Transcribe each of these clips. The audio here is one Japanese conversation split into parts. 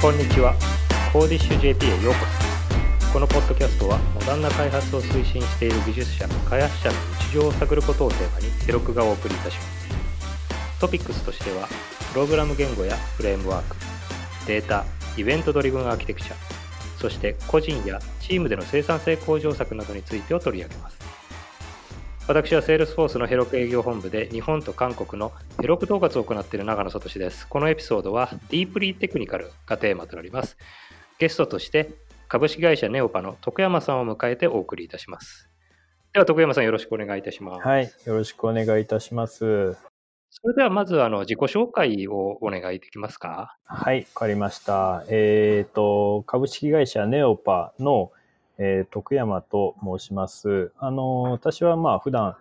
こんにちは。コーディッシュ JP へようこそ。このポッドキャストはモダンな開発を推進している技術者、開発者の日常を探ることをテーマにヘロクがお送りいたします。トピックスとしては、プログラム言語やフレームワーク、データ、イベントドリブンアーキテクチャ、そして個人やチームでの生産性向上策などについてを取り上げます。私はセールスフォースのヘロク営業本部で日本と韓国のヘロク統括を行っている長野聡です。このエピソードはディープリーテクニカルがテーマとなります。ゲストとして株式会社ネオパの徳山さんを迎えてお送りいたします。では徳山さん、よろしくお願いいたします。 はい、よろしくお願いいたします。 それではまず自己紹介をお願いできますか？ はい、わかりました。株式会社ネオパの、徳山と申します。私は普段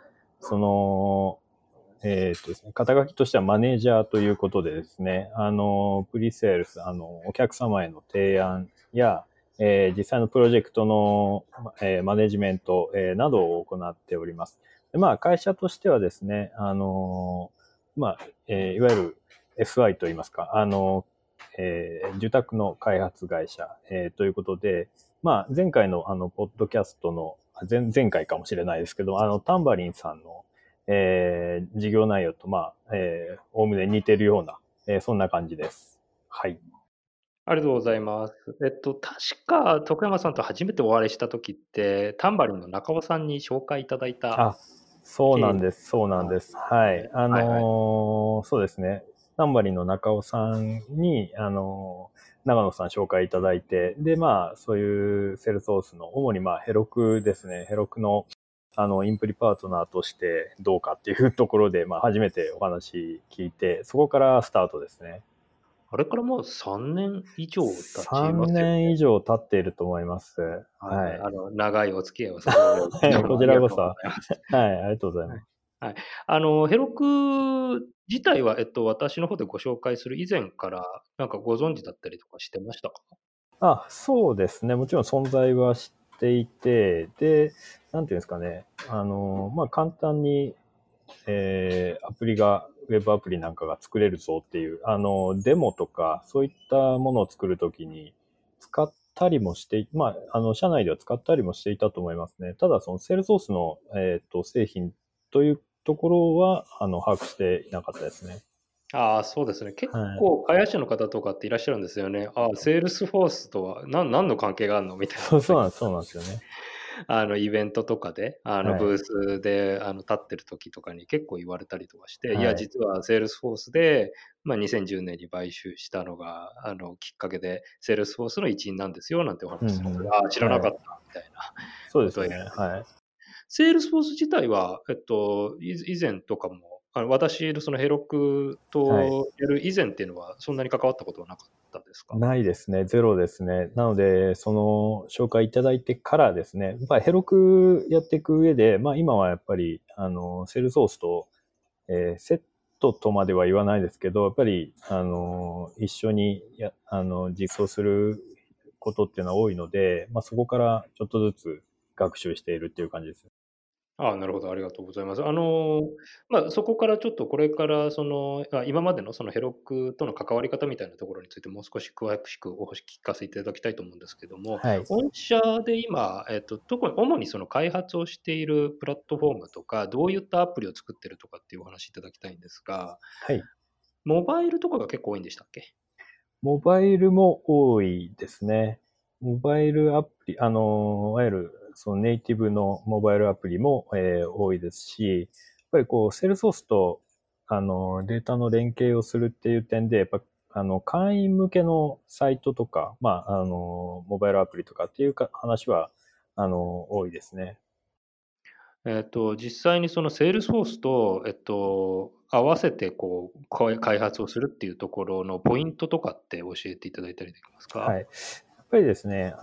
ですね、肩書きとしてはマネージャーということでですね、プリセールス、お客様への提案や、実際のプロジェクトの、マネジメント、などを行っております。で、会社としてはですね、いわゆる SI といいますか、受託の開発会社、ということで、前回のポッドキャストの、前回かもしれないですけど、タンバリンさんの、事業内容と、おおむね似てるような、そんな感じです。はい。 ありがとうございます。確か徳山さんと初めてお会いした時ってタンバリンの中尾さんに紹介いただいた。 あ、そうなんです。そうなんです。はい。 はいはい。 そうですね。タンバリンの中尾さんに、長野さん紹介いただいて、で、そういうセールスソースの、主にヘロクですね。ヘロクの、インプリパートナーとしてどうかっていうところで、初めてお話聞いて、そこからスタートですね。 あれからもう3年以上経ちま 3 すよね。 年以上経っていると思います。 はいはい。 はい。 長いお付き合いをさせていただき、どうこもありがとうごちらこそ、はい、 ざいます。 ありがとうございはい。 ます。 はい。ヘロク自体は、私の方でご紹介する以前から、なんかご存知だったりとかしてましたか？ そうですね。もちろん存在は知っていて、で、なんていうんですかね。簡単に、アプリが、ウェブアプリなんかが作れるぞっていう、デモとか、そういったものを作るときに使ったりもして、社内では使ったりもしていたと思いますね。ただ、その、セールスソースの、製品というところは、把握していなかったですね。 ああ、そうですね。結はい。 構開発者の方とかっていらっしゃるんですよね。ああ、セールスフォースとは何の関係があるのみたいなことに、 そうなんですよね。 イベントとかで、 はい。 ブースで、立ってる時とかに結構言われたりとかして、いや、 はい。 実はセールスフォースで、2010年に買収したのが、きっかけで、セールスフォースの一員なんですよ、なんてお話しすると、 うんうん。 ああ、知らなかった、 はい。 みたいなことをそうですよね。はい。 セールスフォース自体は、以前とかも、私のそのヘロクはい。 とやる以前っていうのは、そんなに関わったことはなかったですか？ ないですね。ゼロですね。なので、その紹介いただいてからですね、やっぱりヘロクやっていく上で、今はやっぱり、セールスソースと、セットとまでは言わないですけど、やっぱり、一緒に実装することっていうのは多いので、そこからちょっとずつ学習しているっていう感じです。 ああ、なるほど、ありがとうございます。そこからちょっとこれから今までのそのヘロクとの関わり方みたいなところについてもう少し詳しくお聞かせいただきたいと思うんですけども、 はい。 御社で今、主にその開発をしているプラットフォームとか、どういったアプリを作ってるとかっていうお話いただきたいんですが、 はい。 モバイルとかが結構多いんでしたっけ？ モバイルも多いですね。モバイルアプリ、いわゆるそのネイティブのモバイルアプリも、多いですし、やっぱりこう、セールスソースと、データの連携をするっていう点で、やっぱ、会員向けのサイトとか、モバイルアプリとかっていう話は、多いですね。 実際にそのセールスフォースと、合わせて開発をするっていうところのポイントとかって教えていただいたりできますか？ はい。やっぱりですね、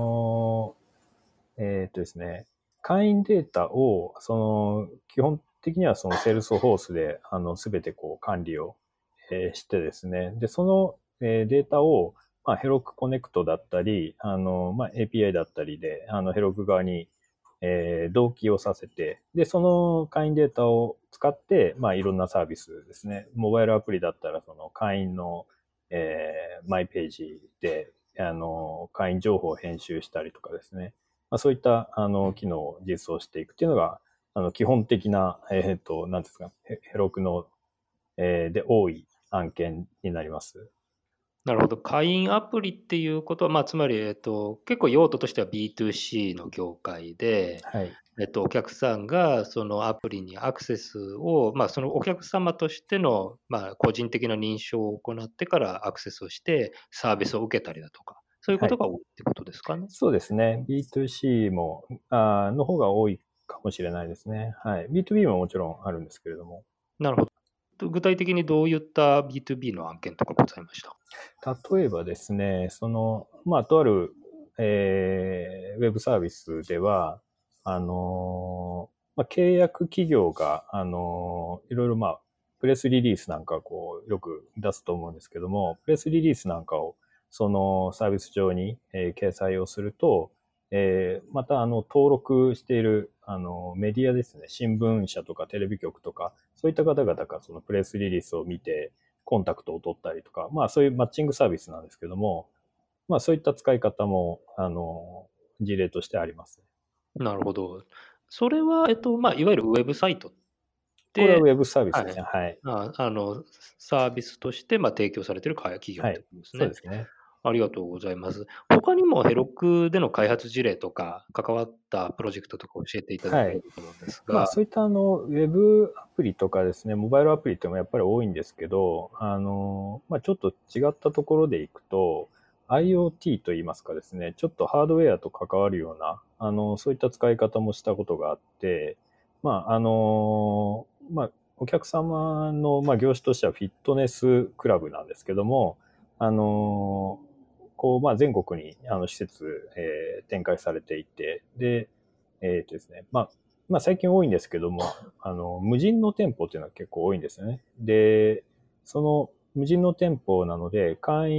ですね、会員データを、基本的にはそのセールスフォースで、すべてこう管理を、してですね、で、その、データを、ヘロクコネクトだったり、API だったりで、ヘロク側に、同期をさせて、で、その会員データを使って、いろんなサービスですね。モバイルアプリだったら、その会員の、 マイページで、会員情報を編集したりとかですね。そういった機能を実装していくっていうのが、基本的な、なんですか、ヘロクの、で多い案件になります。 なるほど。会員アプリっていうことは、つまり、結構用途としては B2C の業界で、 はい。 お客さんがそのアプリにアクセスを、そのお客様としての、個人的な認証を行ってからアクセスをして、サービスを受けたりだとか、そういうこはい。 とが多いってことですかね。 そうですね。B2C も、の方が多いかもしれないですね。はい。B2B ももちろんあるんですけれども。 なるほど。具体的にどういった B2B の案件とかございました？ 例えばですね、とある、ウェブサービスでは、契約企業が、いろいろプレスリリースなんかをよく出すと思うんですけども、プレスリリースなんかをそのサービス上に、掲載をすると、また登録しているメディアですね、新聞社とかテレビ局とか、そういった方々がそのプレスリリースを見て、コンタクトを取ったりとか、そういうマッチングサービスなんですけども、そういった使い方も、事例としてあります。 なるほど。それは、いわゆるウェブサイトで、 これはウェブサービスはい。 ですね。はい。 サービスとして、提供されている企業ってはい。 ことですね。 そうですね。 ありがとうございます。他にもヘロクでの開発事例とか、関わったプロジェクトとか教えていただけはい。 ればと思うんですが。 そういったウェブアプリとかですね、モバイルアプリっていうのもやっぱり多いんですけど、ちょっと違ったところでいくと、IoT といいますかですね、ちょっとハードウェアと関わるような、そういった使い方もしたことがあって、お客様の、業種としてはフィットネスクラブなんですけども、あの全国に施設、展開されていて、で、ですね、最近多いんですけども、無人の店舗っていうのは結構多いんですよね。で、その無人の店舗なので、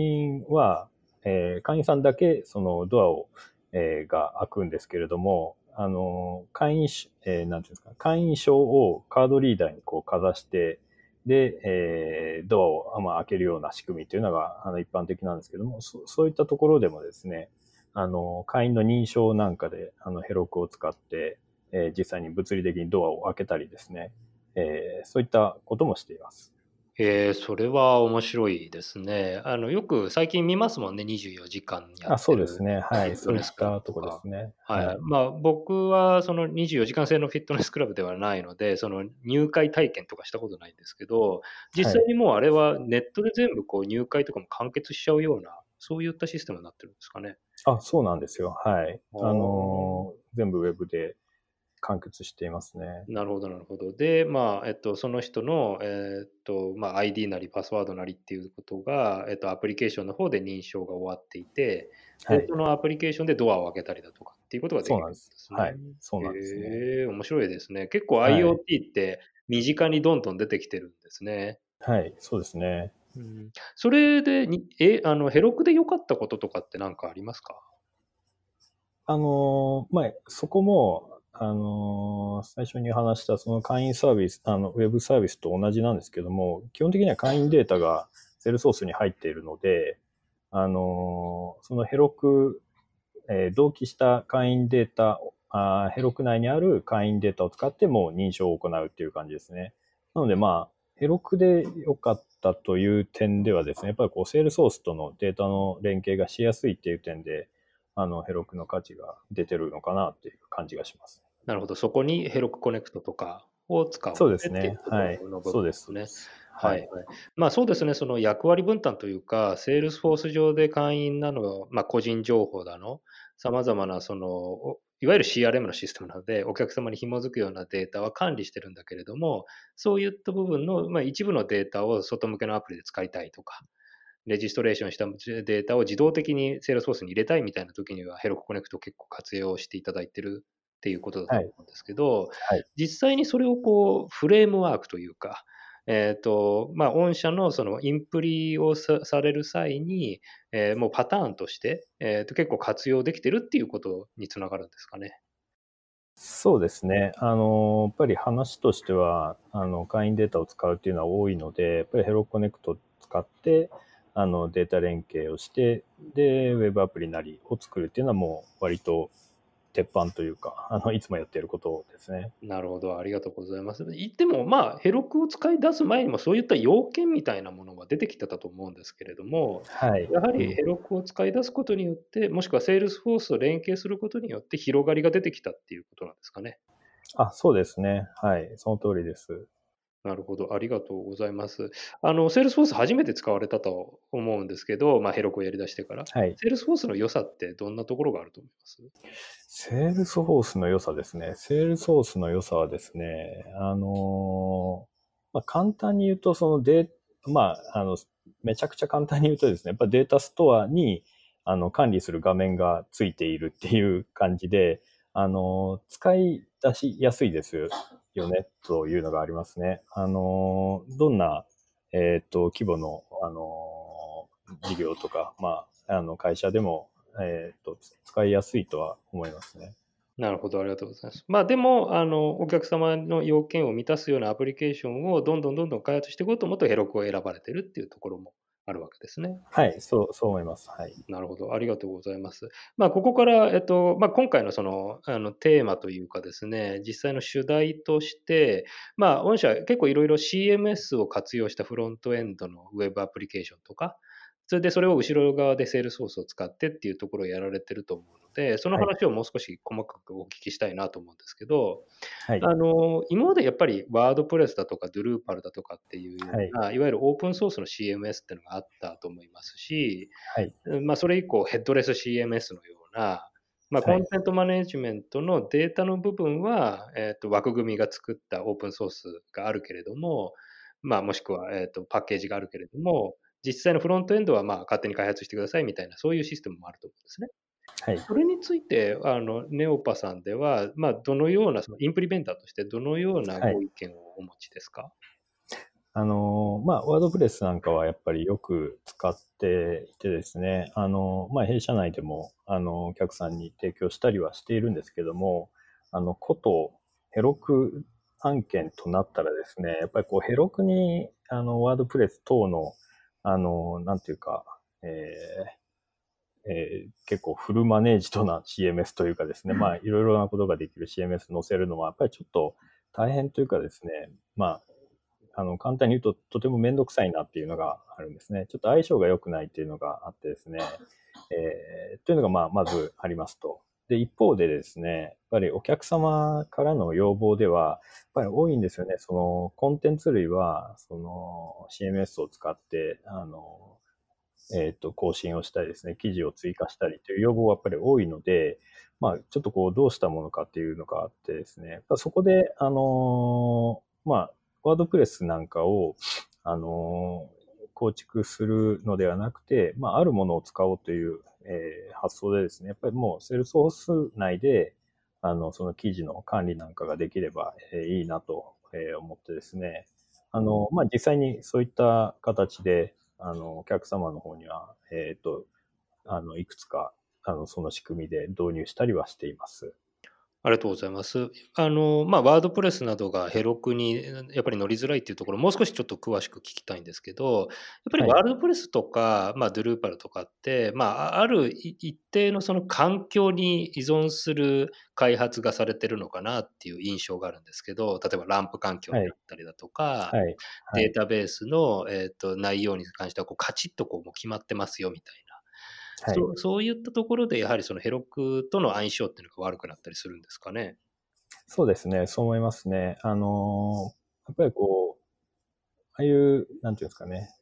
会員さんだけそのドアを、が開くんですけれども、なんていうんですか、会員証をカードリーダーにかざして、で、ドアを、開けるような仕組みというのが一般的なんですけども、そういったところでもですね、会員の認証なんかで、ヘロクを使って、実際に物理的にドアを開けたりですね、そういったこともしています。 それは面白いですね。よく最近見ますもんね、24時間やっそてるうですね。はい。そういっフィットネスクラブたとこでとか。 すね。 はいはい。 はい。 僕はその24時間制のフィットネスクラブではないので、その入会体験とかしたことないんですけど、 はい。 実際にもうあれはネットで全部入会とかも完結しちゃうような、そういったシステムになってるんですかね。 そうなんですよ。はい。 ああ。 全部ウェブで完結していますね。 なるほどなるほど。で、その人の、ID なりパスワードなりっていうことが、アプリケーションの方で認証が終わっていて、で、 はい。 そのアプリケーションでドアを開けたりだとかっていうことができるんでそうなんです。 すね。 はい。そうなんですね。 面白いですね。結構はい。 IoT って身近にどんどん出てきてるんですね。 はい。そうですね。 うん。それで、ヘロクで良かったこととかって何かありますか？ そこも、最初に話したその会員サービス、ウェブサービスと同じなんですけども、基本的には会員データがセールソースに入っているので、そのヘロク、同期した会員データ、ヘロク内にある会員データを使っても認証を行うっていう感じですね。なのでヘロクで良かったという点ではですね、やっぱりセールソースとのデータの連携がしやすいっていう点で、ヘロクの価値が出てるのかなっていう感じがします。 なるほど、そこにヘロクコネクトとかを使うそうですね。 っていうとこはい。 ろの部分そうです、 ですね。 そうです。はい。 はいはい。そうですね、その役割分担というか、セールスフォース上で会員なの、個人情報だの、様々ないわゆる CRM のシステムなので、お客様に紐づくようなデータは管理してるんだけれども、そういった部分の、一部のデータを外向けのアプリで使いたいとか、レジストレーションしたデータを自動的にセールスフォースに入れたいみたいな時には、ヘロクコネクトを結構活用していただいてるっていうことだとはい。 思うんですけど、 はい。 実際にそれをフレームワークというか、御社のそのインプリをされる際に、もうパターンとして、結構活用できてるっていうことにつながるんですかね。 そうですね。やっぱり話としては、会員データを使うっていうのは多いので、やっぱりヘロコネクトを使って、 データ連携をして、で、ウェブアプリなりを作るっていうのはもう割と鉄板というか、いつもやっていることですね。 なるほど、ありがとうございます。言っても、ヘロクを使い出す前にも、そういった要件みたいなものが出てきてたと思うんですけれども、 はい。 やはりうん。 ヘロクを使い出すことによって、もしくはセールスフォースと連携することによって広がりが出てきたっていうことなんですかね。 あ、そうですね。はい。その通りです。 なるほど、ありがとうございます。セールスフォース初めて使われたと思うんですけど、ヘロクをやり出してから。 はい。 セールスフォースの良さってどんなところがあると思います？ セールスフォースの良さですね。セールスフォースの良さはですね、簡単に言うと、めちゃくちゃ簡単に言うとですね、やっぱデータストアに、管理する画面がついているっていう感じで、使い出しやすいですよね、というのがありますね。どんな、規模の、事業とか、会社でも、使いやすいとは思いますね。 なるほど、ありがとうございます。でも、お客様の要件を満たすようなアプリケーションをどんどん開発していこうと思うと、ヘロクを選ばれてるっていうところもあるわけですね。 はい、そう思います。はい。 なるほど、ありがとうございます。ここから、今回のテーマというかですね、実際の主題として、御社結構いろいろ CMS を活用したフロントエンドのウェブアプリケーションとか、それを後ろ側でセールスフォースを使ってっていうところをやられてると思うので、そのはい。 話をもう少し細かくお聞きしたいなと思うんですけど、 はい。 今までやっぱりワードプレスだとかドゥルーパルだとかっていうよはい。 うな、いわゆるオープンソースの CMS っていうのがあったと思いますし、 はい。 それ以降ヘッドレス CMS のような、コはい。 ンテントマネジメントのデータの部分は、枠組みが作ったオープンソースがあるけれども、もしくは、パッケージがあるけれども、実際のフロントエンドは、勝手に開発してくださいみたいな、そういうシステムもあると思うんですね。 はい。 それについて、ネオパさんでは、どのような、そのインプリメンターとしてどのようなはい。 ご意見をお持ちですか？ ワードプレスなんかはやっぱりよく使っていてですね、弊社内でも、お客さんに提供したりはしているんですけども、ことヘロク案件となったらですね、やっぱりこうヘロクに、ワードプレス等の、なんていうか、結構フルマネージドな CMS というかですね、いろいろなことができる CMS 載せるのは、やっぱりちょっと大変というかですね、簡単に言うととてもめんどくさいなっていうのがあるんですね。ちょっと相性が良くないっていうのがあってですね、というのがまずありますと。で、一方でですね、やっぱりお客様からの要望では、やっぱり多いんですよね。そのコンテンツ類は、その CMS を使って、更新をしたりですね、記事を追加したりという要望はやっぱり多いので、ちょっとこう、どうしたものかっていうのがあってですね、そこで、ワードプレスなんかを、構築するのではなくて、あるものを使おうという、発想でですね、やっぱりもう、セールスフォース内で、その記事の管理なんかができれば、いいなと、思ってですね、実際にそういった形で、お客様の方には、いくつか、その仕組みで導入したりはしています。 ありがとうございます。ワードプレスなどがヘロクにやっぱり乗りづらいっていうところ、もう少しちょっと詳しく聞きたいんですけど、やっぱりはい。 ワードプレスとか、ドゥルーパルとかって、ある一定のその環境に依存する開発がされてるのかなっていう印象があるんですけど、例えばランプ環境ではい。 あったりだとか、 はい。はい。 データベースの、内容に関してはこうカチッとこうもう決まってますよみたいな。 はい。 そういったところでやはりそのヘロクとの相性っていうのが悪くなったりするんですかね？ そうですね。そう思いますね。やっぱりこう、ああいう、なんていうんですかね、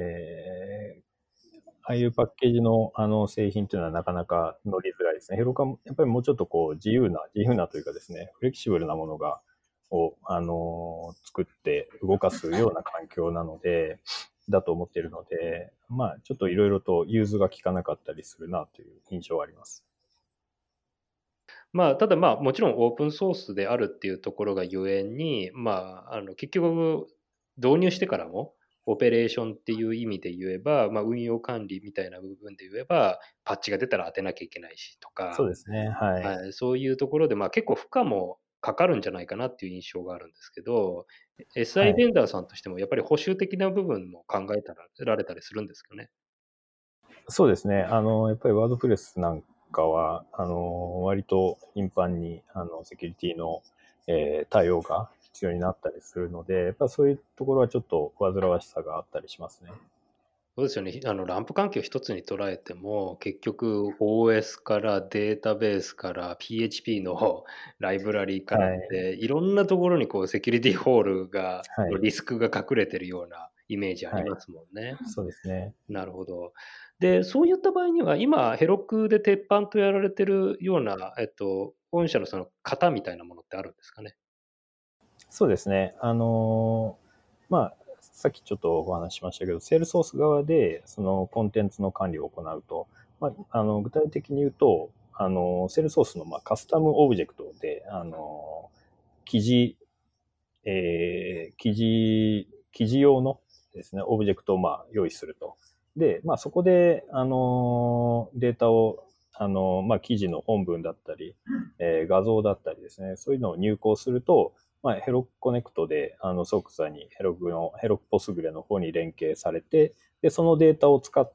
ああいうパッケージの、製品っていうのはなかなか乗りづらいですね。ヘロカもやっぱりもうちょっとこう、自由なというかですね、フレキシブルなものを作って動かすような環境なので、だと思っているので、ちょっといろいろと融通が効かなかったりするなという印象はあります。 ただ、もちろんオープンソースであるっていうところがゆえに、結局導入してからも、オペレーションっていう意味で言えば、運用管理みたいな部分で言えば、パッチが出たら当てなきゃいけないしとか、 そうですね。はい。 はい、そういうところで、結構負荷もかかるんじゃないかなっていう印象があるんですけど、 は SI ベい。 ンダーさんとしてもやっぱり保守的な部分も考えたられたりするんですかね？ そうですね。やっぱりワードプレスなんかは、割と頻繁に、セキュリティの、対応が必要になったりするので、やっぱそういうところはちょっと煩わしさがあったりしますね。 そうですよね。ランプ環境一つに捉えても、結局 OS からデータベースから PHP のライブラリーからっはい。 て、いろんなところにこうセキュリティホールがはい。 リスクが隠れてるようなイメージありはい。 ますもんね。 そうですね。 なるほど。で、そういった場合には、今ヘロクで鉄板とやられてるような、御社のその型みたいなものってあるんですかね？ そうですね。さっきちょっとお話ししましたけど、セールソース側でそのコンテンツの管理を行うと、具体的に言うと、セールソースのカスタムオブジェクトで、記事、記事用のですね、オブジェクトを用意すると。で、そこで、データを、記事の本文だったり、画像だったりですね、そういうのを入稿すると、ヘロクコネクトで、即座にヘロクポスグレの方に連携されて、で、そのデータを使って、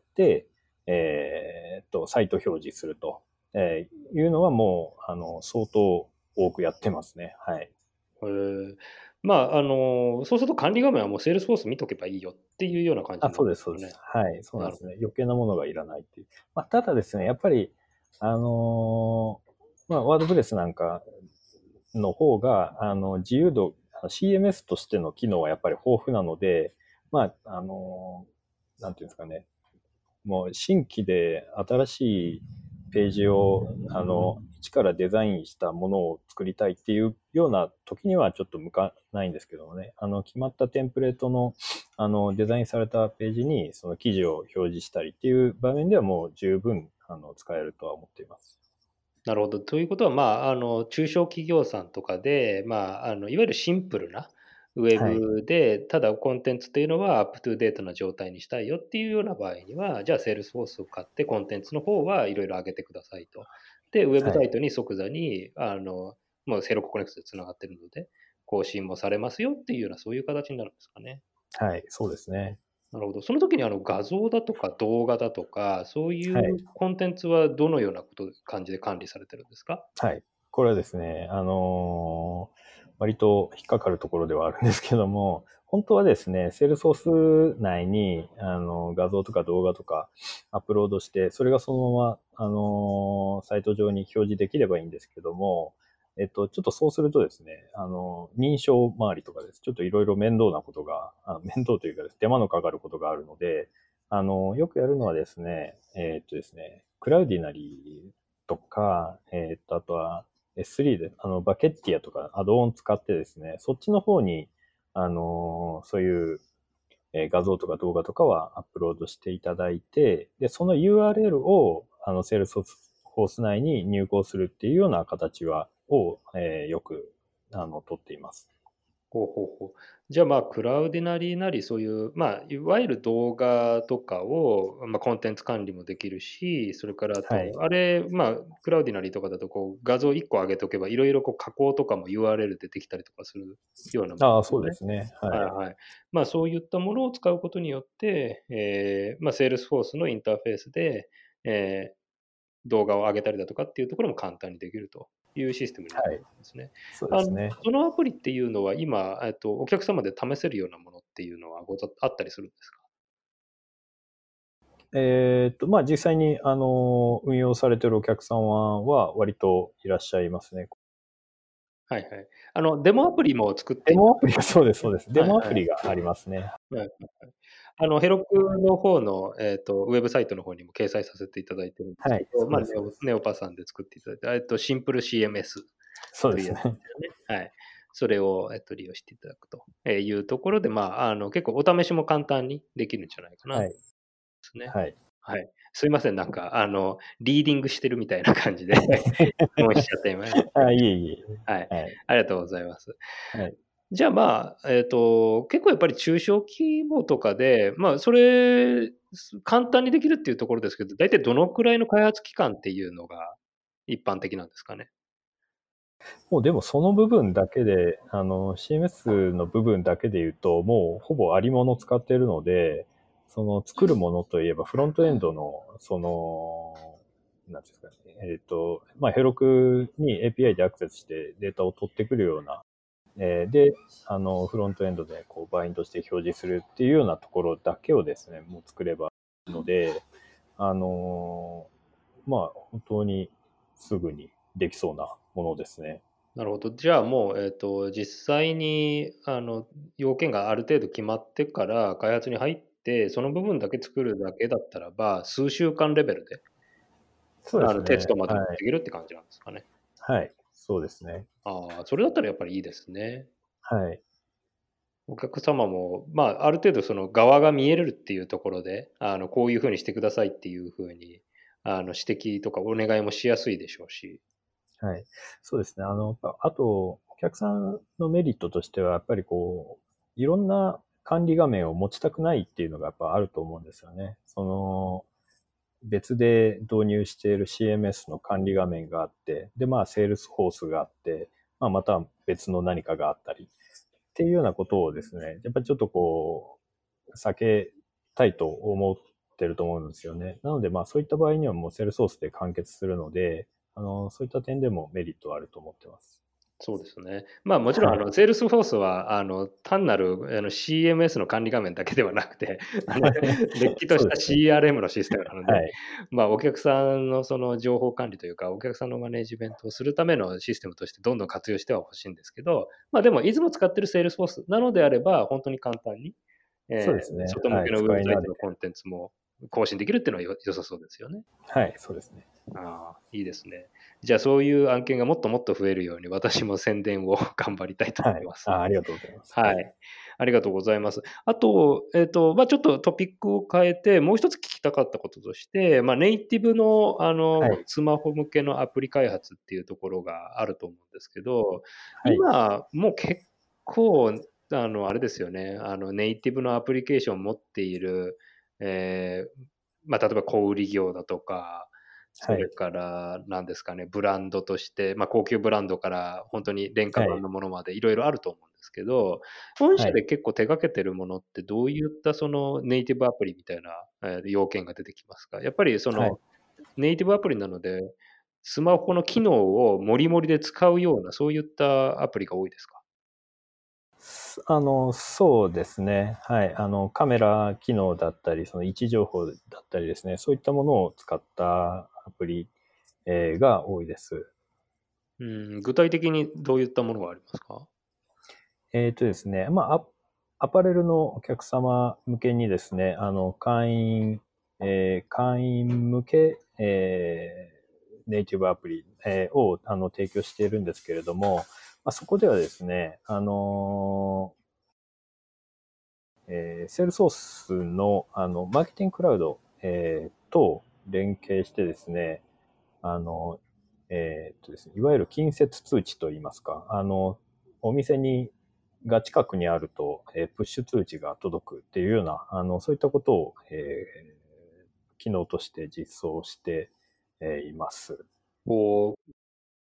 サイト表示すると、いうのはもう、相当多くやってますね。はい。 へえ。そうすると管理画面はもうセールスフォース見とけばいいよっていうような感じあ、 になるんそうです、そうです。 ですかね。 はい、そうなんなるですね。余計なものがいらないっていう。ただですね、やっぱり、ワードプレスなんかの方が、自由度、CMS としての機能はやっぱり豊富なので、なんていうんですかね、もう新規で新しいページを、一からデザインしたものを作りたいっていうような時にはちょっと向かないんですけどもね、決まったテンプレートの、デザインされたページにその記事を表示したりっていう場面ではもう十分、使えるとは思っています。 なるほど。ということは、中小企業さんとかで、いわゆるシンプルなウェはい。 ブで、ただコンテンツというのはアップトゥデートな状態にしたいよっていうような場合には、じゃあ、セールスフォースを買ってコンテンツの方はいろいろ上げてくださいと。で、ウェブはい。 サイトに即座に、もうセロココネクトで繋がってるので、更新もされますよっていうような、そういう形になるんですかね。 はい。そうですね。 なるほど。その時に画像だとか動画だとか、そういはい。 うコンテンツはどのような感じで管理されてるんですか？ はい。これはですね、割と引っかかるところではあるんですけども、本当はですね、セールソース内に、画像とか動画とかアップロードして、それがそのまま、サイト上に表示できればいいんですけども、ちょっとそうするとですね、認証周りとかです。ちょっといろいろ面倒なことが、面倒というかです、手間のかかることがあるので、よくやるのはですね、クラウディナリーとか、あとは S3 で、バケッティアとかアドオン使ってですね、そっちの方に、そういう画像とか動画とかはアップロードしていただいて、で、その URL を、セールスフォース内に入稿するっていうような形を、よく、取っています。 ほうほうほう。じゃあ、クラウディナリーなり、そういう、いわゆる動画とかを、コンテンツ管理もできるし、それからあと、 はい。 クラウディナリーとかだと、画像1個上げておけば、いろいろ加工とかも URL でできたりとかするようなもああ、そうでのね。 すね。はい。 はいはい。そういったものを使うことによって、セールスフォースのインターフェースで、え動画を上げたりだとかっていうところも簡単にできるというシステムになってはい。 るんですね。 そうですね。 そのアプリっていうのは今、お客様で試せるようなものっていうのはあったりするんですか？ 実際に、運用されているお客様は割といらっしゃいますね。 はいはい。デモアプリも作っていただデモアプリがそうです、そうです。デモアはいはい。 プリがありますね。 はいはいはい。ヘロクの方の、ウェブサイトの方にも掲載させていただいてるんですはい、 けど、 そうです、そうです。 ネオパさんで作っていただいた、シンプル CMS というやつでそうですね。 すよね。はい。それを、利用していただくというところで、結構お試しも簡単にできるんじゃないかなはい、 ですね。 はい。 はい。すいません、リーディングしてるみたいな感じで質問しちゃって今あ、いえいえ。 はい。 はい、 ありがとうございます。 はい。 じゃあ、結構やっぱり中小規模とかで、簡単にできるっていうところですけど、だいたいどのくらいの開発期間っていうのが一般的なんですかね？ もうでもその部分だけで、CMS の部分だけで言うと、もうほぼありもの使っているので、 その作るものといえばフロントエンドの、なんていうんですかね、ヘロクに API でアクセスしてデータを取ってくるような、で、フロントエンドでこうバインドして表示するっていうようなところだけをですね、もう作ればいいので、本当にすぐにできそうなものですね。 なるほど。じゃあもう、実際に、要件がある程度決まってから開発に入って、その部分だけ作るだけだったらば、数週間レベルで、 そうですテスね。 トまで持ってはい。 いけるって感じなんですかね。 はい。そうですね。 ああ、それだったらやっぱりいいですね。 はい。 お客様も、ある程度その側が見えるっていうところで、こういう風にしてくださいっていう風に、指摘とかお願いもしやすいでしょうし。 はい。そうですね。あと、お客さんのメリットとしては、やっぱりこう、いろんな管理画面を持ちたくないっていうのがやっぱあると思うんですよね。別で導入している CMS の管理画面があって、で、セールスフォースがあって、また別の何かがあったり、っていうようなことをですね、やっぱりちょっとこう、避けたいと思ってると思うんですよね。なので、そういった場合にはもうセールスソースで完結するので、そういった点でもメリットはあると思ってます。 そうですね。もちろんはい。 セールスフォースは単なるCMS の管理画面だけではなくて、れっきとしたそうですね。 CRM のシステムなので、 はい。 お客さんのその情報管理というか、お客さんのマネジメントをするためのシステムとしてどんどん活用しては欲しいんですけど、でもいつも使ってるセールスフォースなのであれば、本当に簡単に、 そうですね。はい。 外向けのウェブ使い慣れて。 サイトのコンテンツも更新できるっていうのは良さそうですよね。 はい、そうですね。 ああ、いいですね。じゃあ、そういう案件がもっともっと増えるように、私も宣伝を頑張りたいと思はい。 います。 ありがとうございます。はい。 はい。ありがとうございます。あと、ちょっとトピックを変えて、もう一つ聞きたかったこととして、ネイティブの、 はい。 スマホ向けのアプリ開発っていうところがあると思うんですけど、 はい。 今、もう結構、あれですよね、ネイティブのアプリケーションを持っている、え例えば小売業だとか、そはい。 れから何ですかね、ブランドとして、高級ブランドから本当に廉価はい。 版のものまでいろいろあると思うんですけど、本はい。 社で結構手掛けてるものってどういったそのネイティブアプリみたいな、要件が出てきますか？やっぱりそはい。 のネイティブアプリなので、スマホの機能をもりもりで使うような、そういったアプリが多いですか？ そうですね。はい。カメラ機能だったり、その位置情報だったりですね、そういったものを使ったアプリ、が多いです。 うん、具体的にどういったものがありますか？ ですね、アパレルのお客様向けにですね、会員向け、ネイティブアプリ、を提供しているんですけれども、そこではですね、セールソースの、マーケティングクラウド、と連携してですね、あの、ですね、いわゆる近接通知といいますか、お店が近くにあると、プッシュ通知が届くっていうような、そういったことを、機能として実装して、います。 こう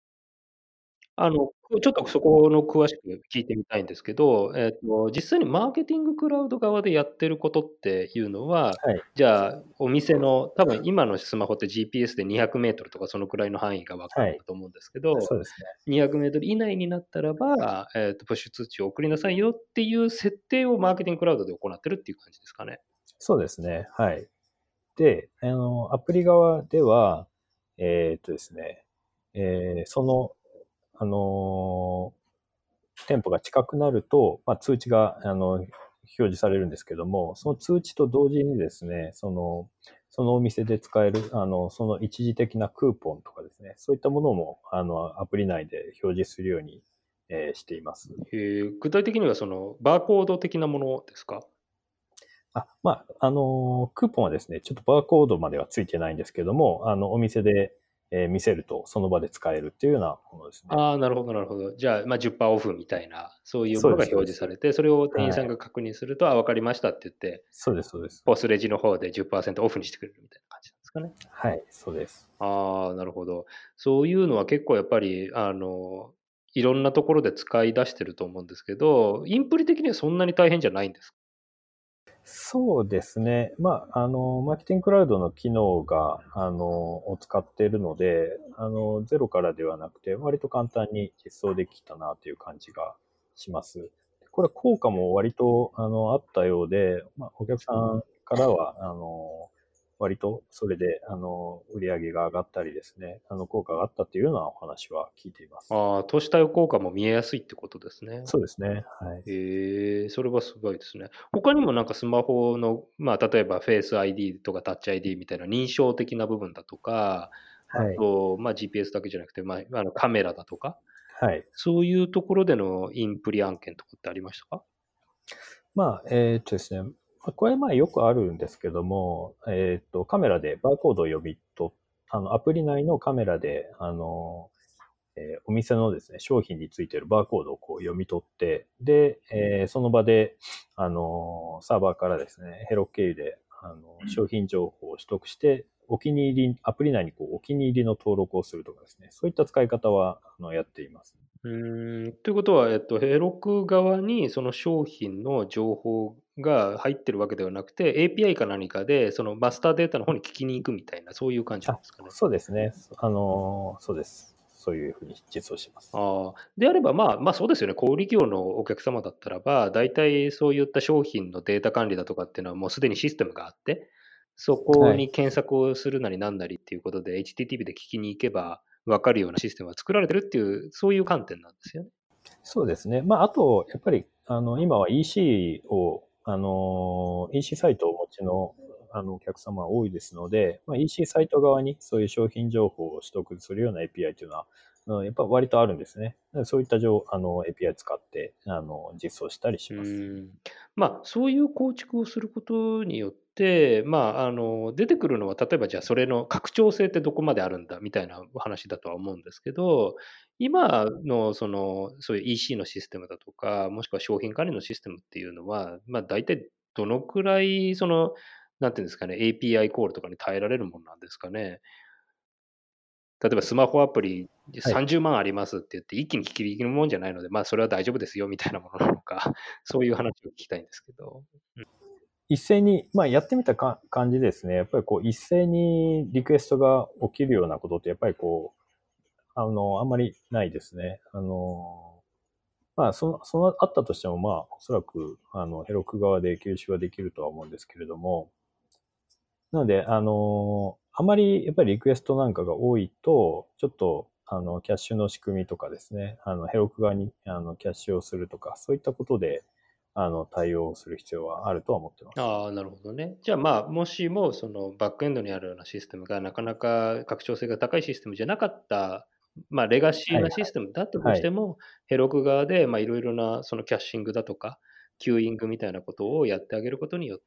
ちょっとそこの詳しく聞いてみたいんですけど、実際にマーケティングクラウド側でやってることっていうのは、 はい。 じゃあ、お店の多分今のスマホって GPS で200メートルとかそのくらいの範囲が分かはい。 るんだと思うんですけど、 そうですね。 200メートル以内になったらば、プッシュ通知を送りなさいよっていう設定をマーケティングクラウドで行ってるっていう感じですかね？ そうですね。はい。で、アプリ側では、ですね、その、あの店舗が近くなると、通知が、表示されるんですけども、その通知と同時にですね、そのお店で使える、その一時的なクーポンとかですね、そういったものも、アプリ内で表示するように、しています。 具体的にはそのバーコード的なものですか？ クーポンはですね、ちょっとバーコードまではついてないんですけども、お店で、見せるとその場で使えるっていうようなものですね。 ああ、なるほどなるほど。じゃあ、10%オフみたいな、そういうものがそうです、そうです。 表示されて、それを店員はい。 さんが確認すると、あ、分かりましたって言って、 そうです、そうです。 ポスレジの方で10%オフにしてくれるみたいな感じなんですかね。 はい、そうです。 ああ、なるほど。そういうのは結構やっぱり、いろんなところで使い出してると思うんですけど、インプリ的にはそんなに大変じゃないんですか？ そうですね。マーケティングクラウドの機能が、を使っているので、ゼロからではなくて、割と簡単に実装できたなという感じがします。これ、効果も割と、あったようで、お客さんからは、割とそれで、売り上げが上がったりですね、効果があったというようなお話は聞いています。 ああ、投資対応効果も見えやすいってことですね。 そうですね。はい。 へえ、それはすごいですね。他にもなんかスマホの、例えばフェイス ID とかタッチ ID みたいな認証的な部分だとか、あはい。 と、GPS だけじゃなくて、カメラだとか、 はい。 そういうところでのインプリ案件とかってありましたか？ ですね。これよくあるんですけども、カメラでバーコードを読み取っ、アプリ内のカメラで、お店のですね、商品についているバーコードをこう読み取って、で、その場で、サーバーからですね、ヘロ経由で、商品情報を取得して、お気に入り、アプリ内にこうお気に入りの登録をするとかですね、そういった使い方は、やっています。 ということは、ヘロク側にその商品の情報が入ってるわけではなくて、API か何かで、そのマスターデータの方に聞きに行くみたいな、そういう感じなんですかね。 そうですね。そうです。そういうふうに実装します。 ああ、であれば、そうですよね。小売業のお客様だったらば、大体そういった商品のデータ管理だとかっていうのはもうすでにシステムがあって、そこはい。 に検索をするなりなんなりっていうことで、HTTP で聞きに行けば分かるようなシステムが作られてるっていう、そういう観点なんですよね。 そうですね。あと、やっぱり、今は EC を、EC サイトをお持ちの、お客様が多いですので、EC サイト側にそういう商品情報を取得するような API というのは、やっぱ割とあるんですね。そういったAPI 使って、実装したりします。 そういう構築をすることによって、出てくるのは、例えばじゃあそれの拡張性ってどこまであるんだみたいな話だとは思うんですけど、今のそういう EC のシステムだとか、もしくは商品管理のシステムっていうのは、大体どのくらいなんていうんですかね、API コールとかに耐えられるものなんですかね。例えばスマホアプリはい。 30万ありますって言って、一気に聞きできるもんじゃないので、それは大丈夫ですよみたいなものなのか、そういう話を聞きたいんですけど。 一斉に、やってみた感じですね。やっぱりこう、一斉にリクエストが起きるようなことって、やっぱりこう、あんまりないですね。あったとしても、おそらく、ヘロク側で吸収はできるとは思うんですけれども、なので、あまりやっぱりリクエストなんかが多いと、ちょっと、キャッシュの仕組みとかですね、ヘロク側に、キャッシュをするとか、そういったことで、対応する必要はあるとは思ってます。 ああ、なるほどね。じゃあ、もしもそのバックエンドにあるようなシステムがなかなか拡張性が高いシステムじゃなかった、レガシーはい、 なシステムだったとはい。 しても、ヘロク側で、いろいろなそのキャッシングだとか、キューイングみたいなことをやってあげることによって、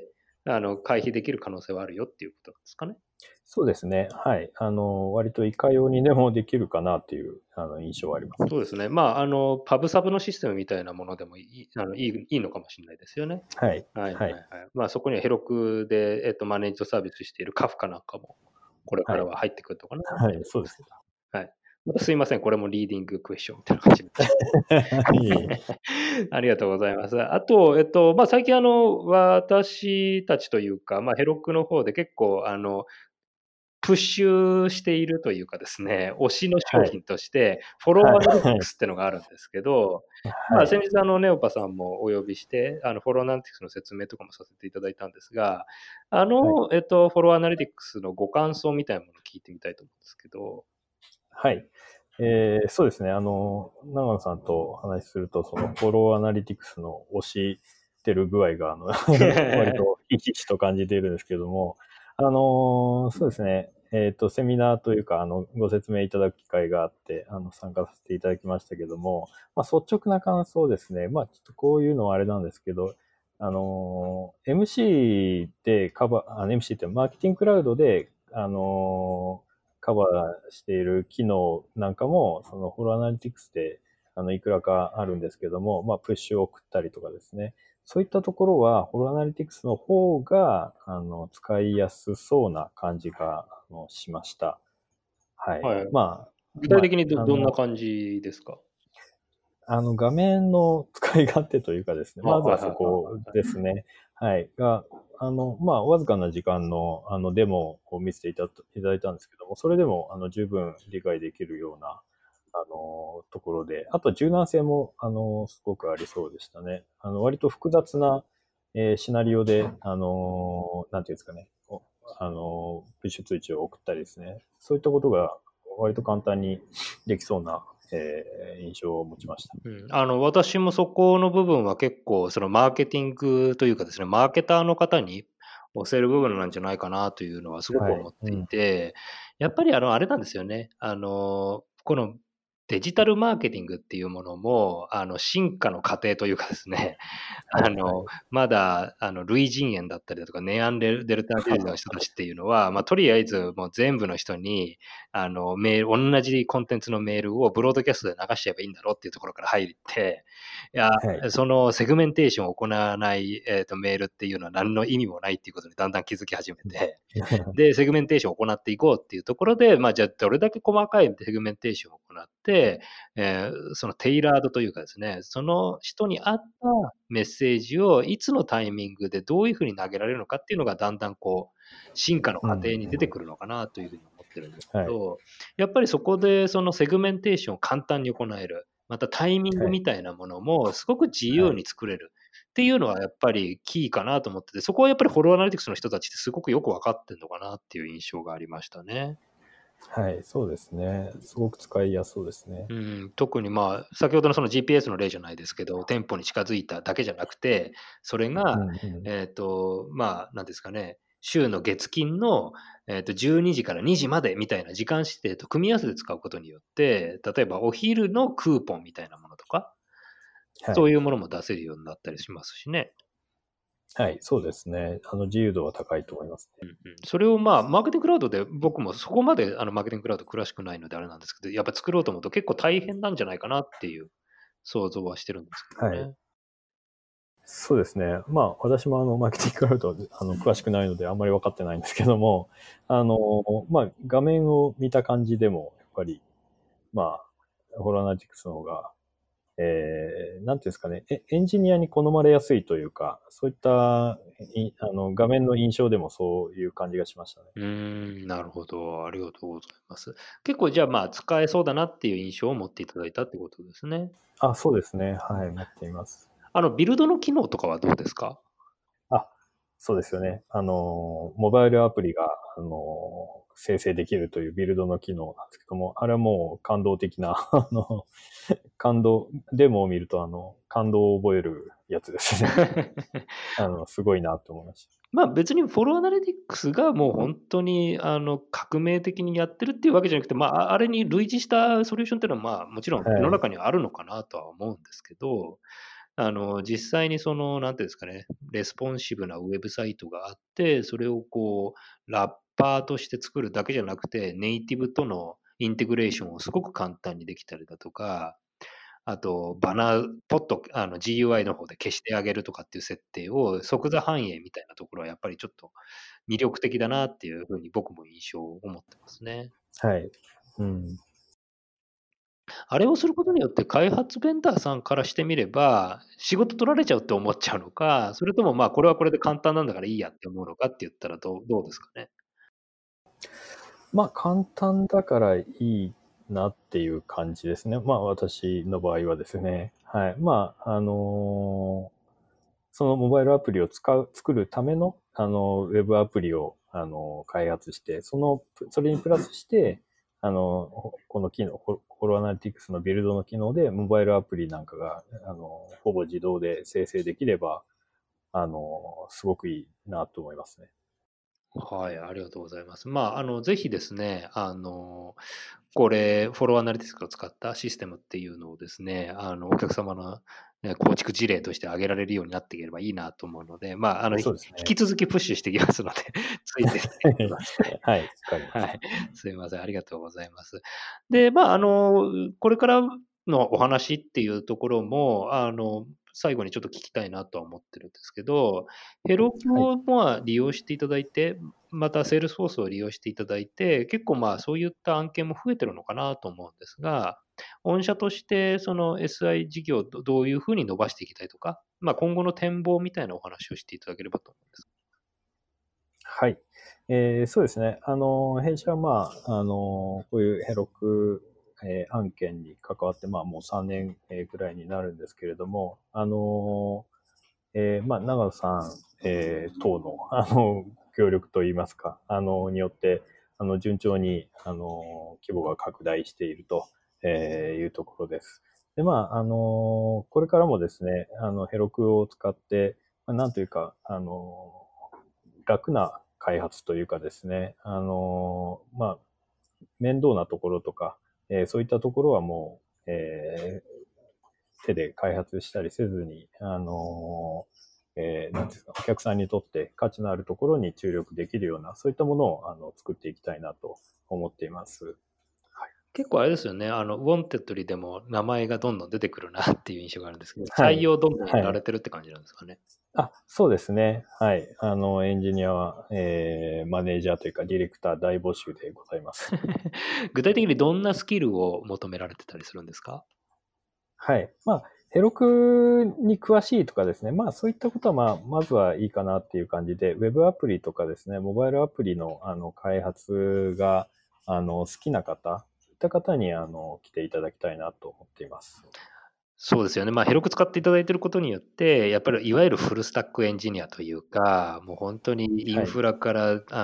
回避できる可能性はあるよっていうことなんですかね。 そうですね。はい。割といかようにでもできるかなっていう、印象はあります。 そうですね。パブサブのシステムみたいなものでもいいのかもしれないですよね。 はい。 はいはい。 はいはい。そこにはヘロクで、マネージドサービスしているカフカなんかも、これかはい。 らは入ってくるのかなと思はい。 ってそうです。 ますけど。はい。またすいません、これもリーディングクエスチョンみたいな感じになっちゃいえいえ。 ってありがとうございます。あと、最近私たちというか、ヘロクの方で結構プッシュしているというかですね、推しの商はい。 品として、フォロはい。 ーアナリティはい。 クスってのがあるんですけど、 はい。 先日ネオパさんもお呼びして、フォローアナリティクスの説明とかもさせていただいたんですが、 はい。 フォローアナリティクスのご感想みたいなものを聞いてみたいと思うんですけど。 はい。そうですね。長野さんとお話しすると、そのフォローアナリティクスの押してる具合が、割とひしひしと感じているんですけども、そうですね。セミナーというか、ご説明いただく機会があって、参加させていただきましたけども、率直な感想ですね。ちょっとこういうのはあれなんですけど、MC でMC ってマーケティングクラウドで、カバーしている機能なんかも、そのフォローアナリティクスで、いくらかあるんですけども、プッシュを送ったりとかですね。そういったところは、フォローアナリティクスの方が、使いやすそうな感じが、しました。はい。 はい。具体的にどんなあの、 感じですか？ 画面の使い勝手というかですね、まずはそこですね。はい。わずかな時間の、デモを見せていただいたんですけども、それでも、十分理解できるような、ところで、あと柔軟性も、すごくありそうでしたね。割と複雑な、シナリオで、なんていうんですかね、プッシュ通知を送ったりですね、そういったことが割と簡単にできそうな、印象を持ちました。 私もそこの部分は結構、そのマーケティングというかですね、マーケターの方に押せる部分なんじゃないかなというのはすごく思っていて、やっぱりあれなんですよね。このデジタルマーケティングっていうものも、進化の過程というかですね、まだ、類人猿だったりだとか、ネアンデルタ人の人たちっていうのは、とりあえずもう全部の人に、同じコンテンツのメールをブロードキャストで流しちゃえばいいんだろうっていうところから入って、そのセグメンテーションを行わない、メールっていうのは何の意味もないっていうことにだんだん気づき始めて、で、セグメンテーションを行っていこうっていうところで、じゃあどれだけ細かいセグメンテーションを行って、そのテイラードというかですね、その人に合ったメッセージをいつのタイミングでどういうふうに投げられるのかっていうのがだんだん進化の過程に出てくるのかなというふうに思ってるんですけど、やっぱりそこでそのセグメンテーションを簡単に行える。またタイミングみたいなものもすごく自由に作れる。っていうのはやっぱりキーかなと思ってて、そこはやっぱりフォローアナリティクスの人たちってすごくよくわかってんのかなっていう印象がありましたね。 はい、そうですね。すごく使いやすそうですね。 特に先ほどのその GPS の例じゃないですけど、店舗に近づいただけじゃなくて、それが、なんですかね、週の月金の、12時から2時までみたいな時間指定と組み合わせて使うことによって、例えばお昼のクーポンみたいなものとか、そういうものも出せるようになったりしますしね。 はい、そうですね。自由度は高いと思いますね。 それをマーケティングクラウドで僕もそこまでマーケティングクラウド詳しくないのであれなんですけど、やっぱ作ろうと思うと結構大変なんじゃないかなっていう想像はしてるんですけどね。 はい。そうですね。私もマーケティングクラウド、詳しくないのであんまり分かってないんですけども、画面を見た感じでも、やっぱり、フォローアナリティクスの方が、なんていうんですかね、エンジニアに好まれやすいというか、そういった画面の印象でもそういう感じがしましたね。 なるほど。ありがとうございます。結構じゃあ使えそうだなっていう印象を持っていただいたってことですね。 そうですね。はい、持っています。 ビルドの機能とかはどうですか？ そうですよね。モバイルアプリが、生成できるというビルドの機能なんですけども、あれはもう感動的な、デモを見ると、感動を覚えるやつですね。すごいなと思いました。 別にフォローアナリティクスがもう本当に革命的にやってるっていうわけじゃなくて、あれに類似したソリューションっていうのはもちろん世の中にはあるのかなとは思うんですけど、実際になんていうんですかね、レスポンシブなウェブサイトがあって、それをラッパーとして作るだけじゃなくて、ネイティブとのインテグレーションをすごく簡単にできたりだとか、あと、バナー、ポッとGUI の方で消してあげるとかっていう設定を即座反映みたいなところはやっぱりちょっと魅力的だなっていうふうに僕も印象を持ってますね。 はい。 あれをすることによって開発ベンダーさんからしてみれば、仕事取られちゃうって思っちゃうのか、それともこれはこれで簡単なんだからいいやって思うのかって言ったらどうですかね？ 簡単だからいいなっていう感じですね。私の場合はですね。はい。そのモバイルアプリを作るための、ウェブアプリを、開発して、それにプラスして、この機能、フォローアナリティクスのビルドの機能で、モバイルアプリなんかが、ほぼ自動で生成できれば、すごくいいなと思いますね。 はい、ありがとうございます。ぜひですね、これ、フォローアナリティクスを使ったシステムっていうのをですね、お客様の、構築事例として挙げられるようになっていければいいなと思うので、 そうですね。 引き続きプッシュしていきますので、ついてきますね。 はい、わかりました。 はい。すいません、ありがとうございます。で、これからのお話っていうところも、最後にちょっと聞きたいなとは思ってるんですけど、ヘロクはい。 を利用していただいて、またセールスフォースを利用していただいて、結構そういった案件も増えてるのかなと思うんですが、御社としてその SI 事業をどういうふうに伸ばしていきたいとか、今後の展望みたいなお話をしていただければと思うんです。 はい。そうですね。弊社はこういうヘロク、案件に関わって、もう3年、ぐらいになるんですけれども、長野さん、等の、協力といいますか、によって、順調に、規模が拡大していると、いうところです。で、これからもですね、ヘロクを使って、なんというか、楽な開発というかですね、面倒なところとか、そういったところはもう、手で開発したりせずに、なんですか、お客さんにとって価値のあるところに注力できるような、そういったものを作っていきたいなと思っています。 結構あれですよね、ウォンテッドリーでも名前がどんどん出てくるなっていう印象があるんですけど、 はい。 採用どんどんやらはい。 れてるって感じなんですかね。 そうですね。はい。エンジニアは、マネージャーというか、ディレクター大募集でございます。 具体的にどんなスキルを求められてたりするんですか？ はい。ヘロクに詳しいとかですね。そういったことは、まずはいいかなっていう感じで、ウェブアプリとかですね、モバイルアプリの、開発が、好きな方、そういった方に、来ていただきたいなと思っています。 そうですよね。ヘロク使っていただいていることによって、やっぱりいわゆるフルスタックエンジニアというか、もう本当にインはい。 フラから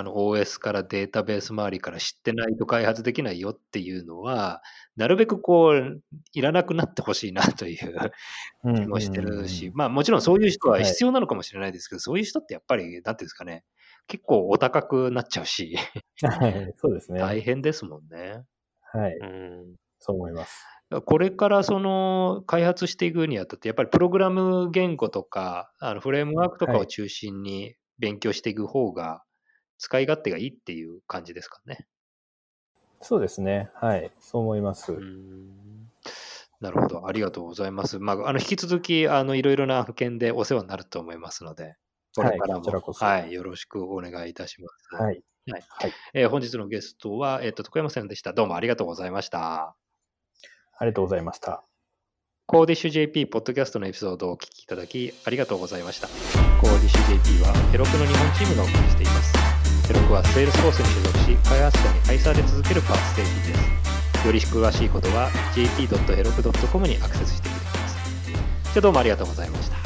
、OS からデータベース周りから知ってないと開発できないよっていうのは、なるべくいらなくなってほしいなといううんうん気もしてうんるし、 うん。 もちろんそういう人ははい。 必要なのかもしれないですけど、そういう人ってやっぱり、なんていうんですかね、結構お高くなっちゃうし、 はい。そうですね。 大変ですもんね。 はい。 うん。 そう思います。 これからその開発していくにあたって、やっぱりプログラム言語とか、フレームワークとかをはい。 中心に勉強していく方が、使い勝手がいいっていう感じですかね。 そうですね。はい。そう思います。 なるほど、ありがとうございます。引き続き、いろいろな案件でお世話になると思いますので、これはい。 からも、 こちらこそ。 はい、よろしくお願いいたします。 はい。 はい。 はい。 本日のゲストは、徳山さんでした。どうもありがとうございました。 ありがとうございました。 コーディッシュ JP ポッドキャストのエピソードをお聞きいただきありがとうございました。コーディッシュ JP はヘロクの日本チームがお送りしています。ヘロクはセールスフォースに所属し、開発者に愛され続けるパーツ製品です。より詳しいことは jp.heroku.com にアクセスしてみてください。じゃあどうもありがとうございました。